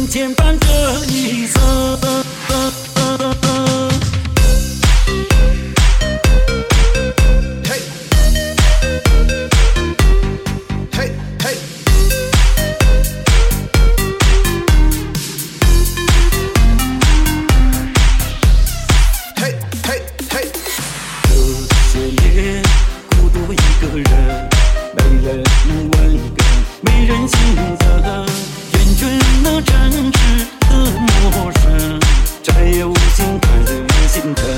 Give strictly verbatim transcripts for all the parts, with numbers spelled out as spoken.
牵绊这一生。没人信责，厌倦了真实的陌生，再也无心看日月星辰。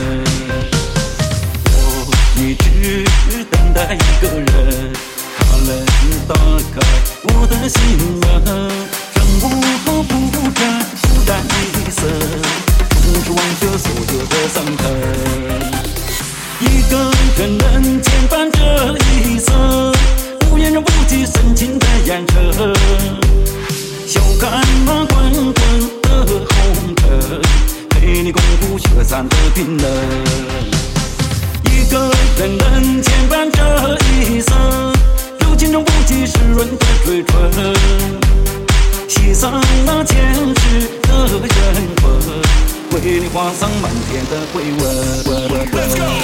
我一直等待一个人，他能打开我的心门，让我不再孤单一生，终是忘却所有的伤痕。一个人能牵绊这一生，无言人不及深情的眼神，笑看那滚滚的红尘，陪你共赴雪山的冰冷。一个人能牵绊这一生，有情人不及湿润的嘴唇，系上那前世的缘分，为你画上满天的回纹。Let's go!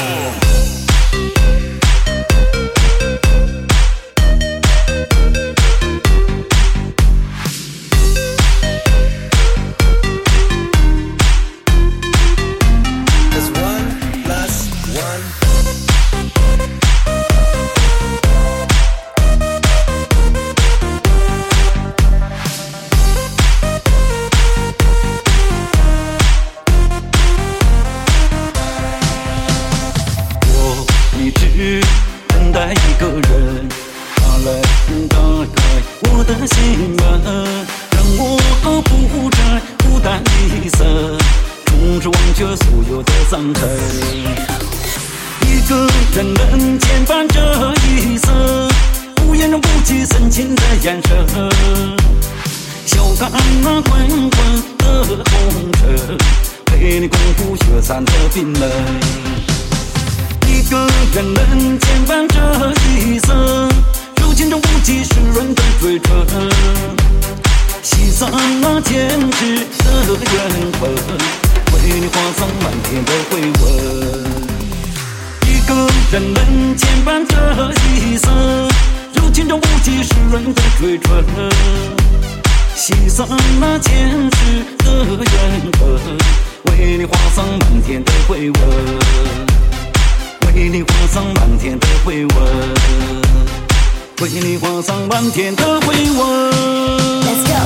等待一个人，他来打开我的心门，让我不再孤单一生，终是忘却所有的伤痕。一个人能牵绊这一生，无言人不及深情的眼神，笑看那滚滚的红尘，陪你共赴雪山的冰冷。一个人能牵绊这一生，有情人不及湿润的嘴唇，系上那前世的缘分，为你画上满天的回纹。一个人能牵绊这一生，有情人不及湿润的嘴唇，系上那前世的缘分，为你画上满天的回纹。为你画上满天的回纹，为你画上满天的回纹。Let's go.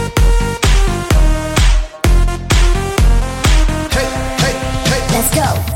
Hey, hey, hey. Let's go.